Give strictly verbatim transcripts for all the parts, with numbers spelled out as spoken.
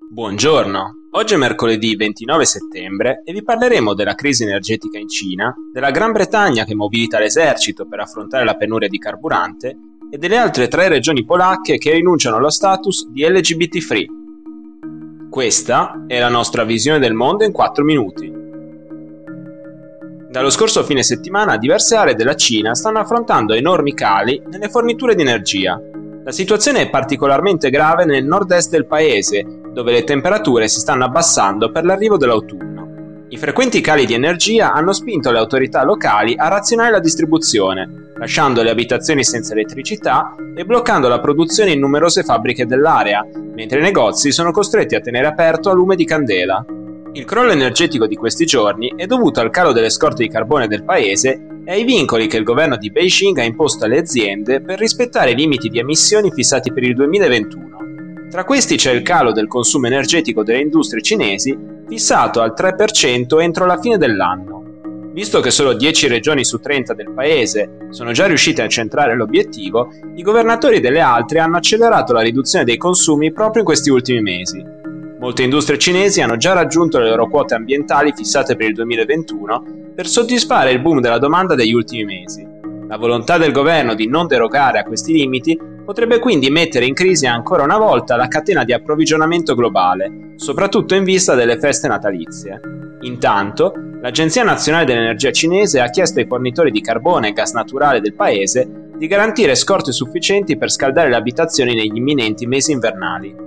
Buongiorno, oggi è mercoledì ventinove settembre e vi parleremo della crisi energetica in Cina, della Gran Bretagna che mobilita l'esercito per affrontare la penuria di carburante e delle altre tre regioni polacche che rinunciano allo status di L G B T free. Questa è la nostra visione del mondo in quattro minuti. Dallo scorso fine settimana diverse aree della Cina stanno affrontando enormi cali nelle forniture di energia. La situazione è particolarmente grave nel nord-est del paese, dove le temperature si stanno abbassando per l'arrivo dell'autunno. I frequenti cali di energia hanno spinto le autorità locali a razionare la distribuzione, lasciando le abitazioni senza elettricità e bloccando la produzione in numerose fabbriche dell'area, mentre i negozi sono costretti a tenere aperto a lume di candela. Il crollo energetico di questi giorni è dovuto al calo delle scorte di carbone del paese e ai vincoli che il governo di Beijing ha imposto alle aziende per rispettare i limiti di emissioni fissati per il duemilaventuno. Tra questi c'è il calo del consumo energetico delle industrie cinesi, fissato al tre per cento entro la fine dell'anno. Visto che solo dieci regioni su trenta del paese sono già riuscite a centrare l'obiettivo, i governatori delle altre hanno accelerato la riduzione dei consumi proprio in questi ultimi mesi. Molte industrie cinesi hanno già raggiunto le loro quote ambientali fissate per il duemilaventuno per soddisfare il boom della domanda degli ultimi mesi. La volontà del governo di non derogare a questi limiti potrebbe quindi mettere in crisi ancora una volta la catena di approvvigionamento globale, soprattutto in vista delle feste natalizie. Intanto, l'Agenzia Nazionale dell'Energia cinese ha chiesto ai fornitori di carbone e gas naturale del paese di garantire scorte sufficienti per scaldare le abitazioni negli imminenti mesi invernali.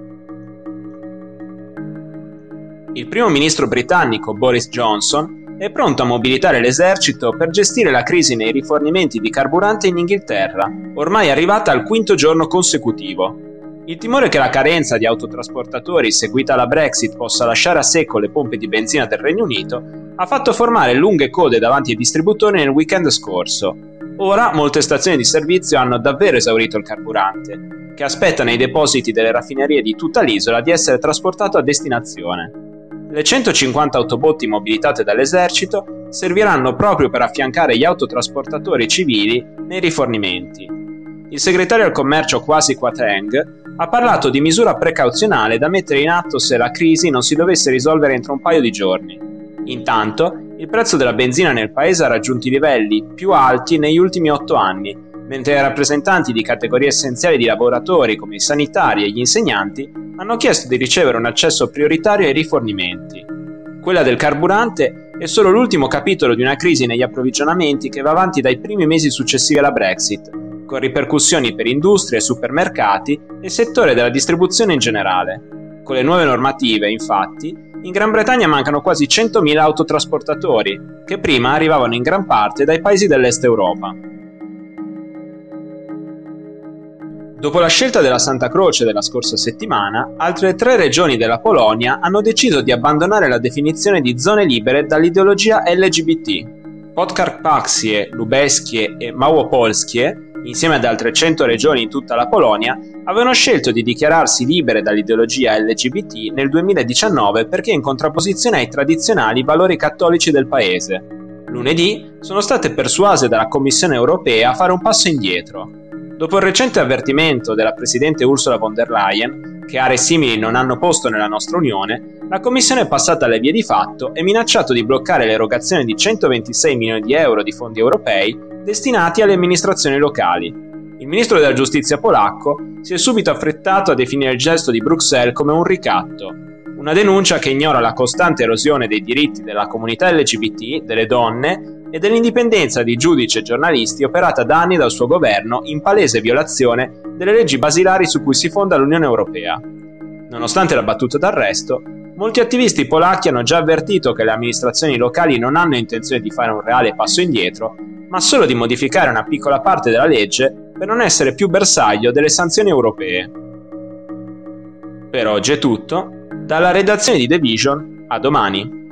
Il primo ministro britannico Boris Johnson è pronto a mobilitare l'esercito per gestire la crisi nei rifornimenti di carburante in Inghilterra, ormai arrivata al quinto giorno consecutivo. Il timore che la carenza di autotrasportatori seguita alla Brexit possa lasciare a secco le pompe di benzina del Regno Unito ha fatto formare lunghe code davanti ai distributori nel weekend scorso. Ora molte stazioni di servizio hanno davvero esaurito il carburante, che aspetta nei depositi delle raffinerie di tutta l'isola di essere trasportato a destinazione. Le centocinquanta autobotti mobilitate dall'esercito serviranno proprio per affiancare gli autotrasportatori civili nei rifornimenti. Il segretario al commercio Kwasi Kwarteng ha parlato di misura precauzionale da mettere in atto se la crisi non si dovesse risolvere entro un paio di giorni. Intanto, il prezzo della benzina nel paese ha raggiunto i livelli più alti negli ultimi otto anni, mentre i rappresentanti di categorie essenziali di lavoratori come i sanitari e gli insegnanti hanno chiesto di ricevere un accesso prioritario ai rifornimenti. Quella del carburante è solo l'ultimo capitolo di una crisi negli approvvigionamenti che va avanti dai primi mesi successivi alla Brexit, con ripercussioni per industrie, supermercati e settore della distribuzione in generale. Con le nuove normative, infatti, in Gran Bretagna mancano quasi centomila autotrasportatori, che prima arrivavano in gran parte dai paesi dell'Est Europa. Dopo la scelta della Santa Croce della scorsa settimana, altre tre regioni della Polonia hanno deciso di abbandonare la definizione di zone libere dall'ideologia L G B T. Podkarpacie, Lubelskie e Małopolskie, insieme ad altre cento regioni in tutta la Polonia, avevano scelto di dichiararsi libere dall'ideologia L G B T nel duemiladiciannove perché in contrapposizione ai tradizionali valori cattolici del paese. Lunedì sono state persuase dalla Commissione europea a fare un passo indietro. Dopo il recente avvertimento della presidente Ursula von der Leyen, che aree simili non hanno posto nella nostra Unione, la Commissione è passata alle vie di fatto e minacciato di bloccare l'erogazione di centoventisei milioni di euro di fondi europei destinati alle amministrazioni locali. Il ministro della giustizia polacco si è subito affrettato a definire il gesto di Bruxelles come un ricatto, una denuncia che ignora la costante erosione dei diritti della comunità L G B T, delle donne e dell'indipendenza di giudici e giornalisti operata da anni dal suo governo in palese violazione delle leggi basilari su cui si fonda l'Unione Europea. Nonostante la battuta d'arresto, molti attivisti polacchi hanno già avvertito che le amministrazioni locali non hanno intenzione di fare un reale passo indietro, ma solo di modificare una piccola parte della legge per non essere più bersaglio delle sanzioni europee. Per oggi è tutto, dalla redazione di The Vision, a domani.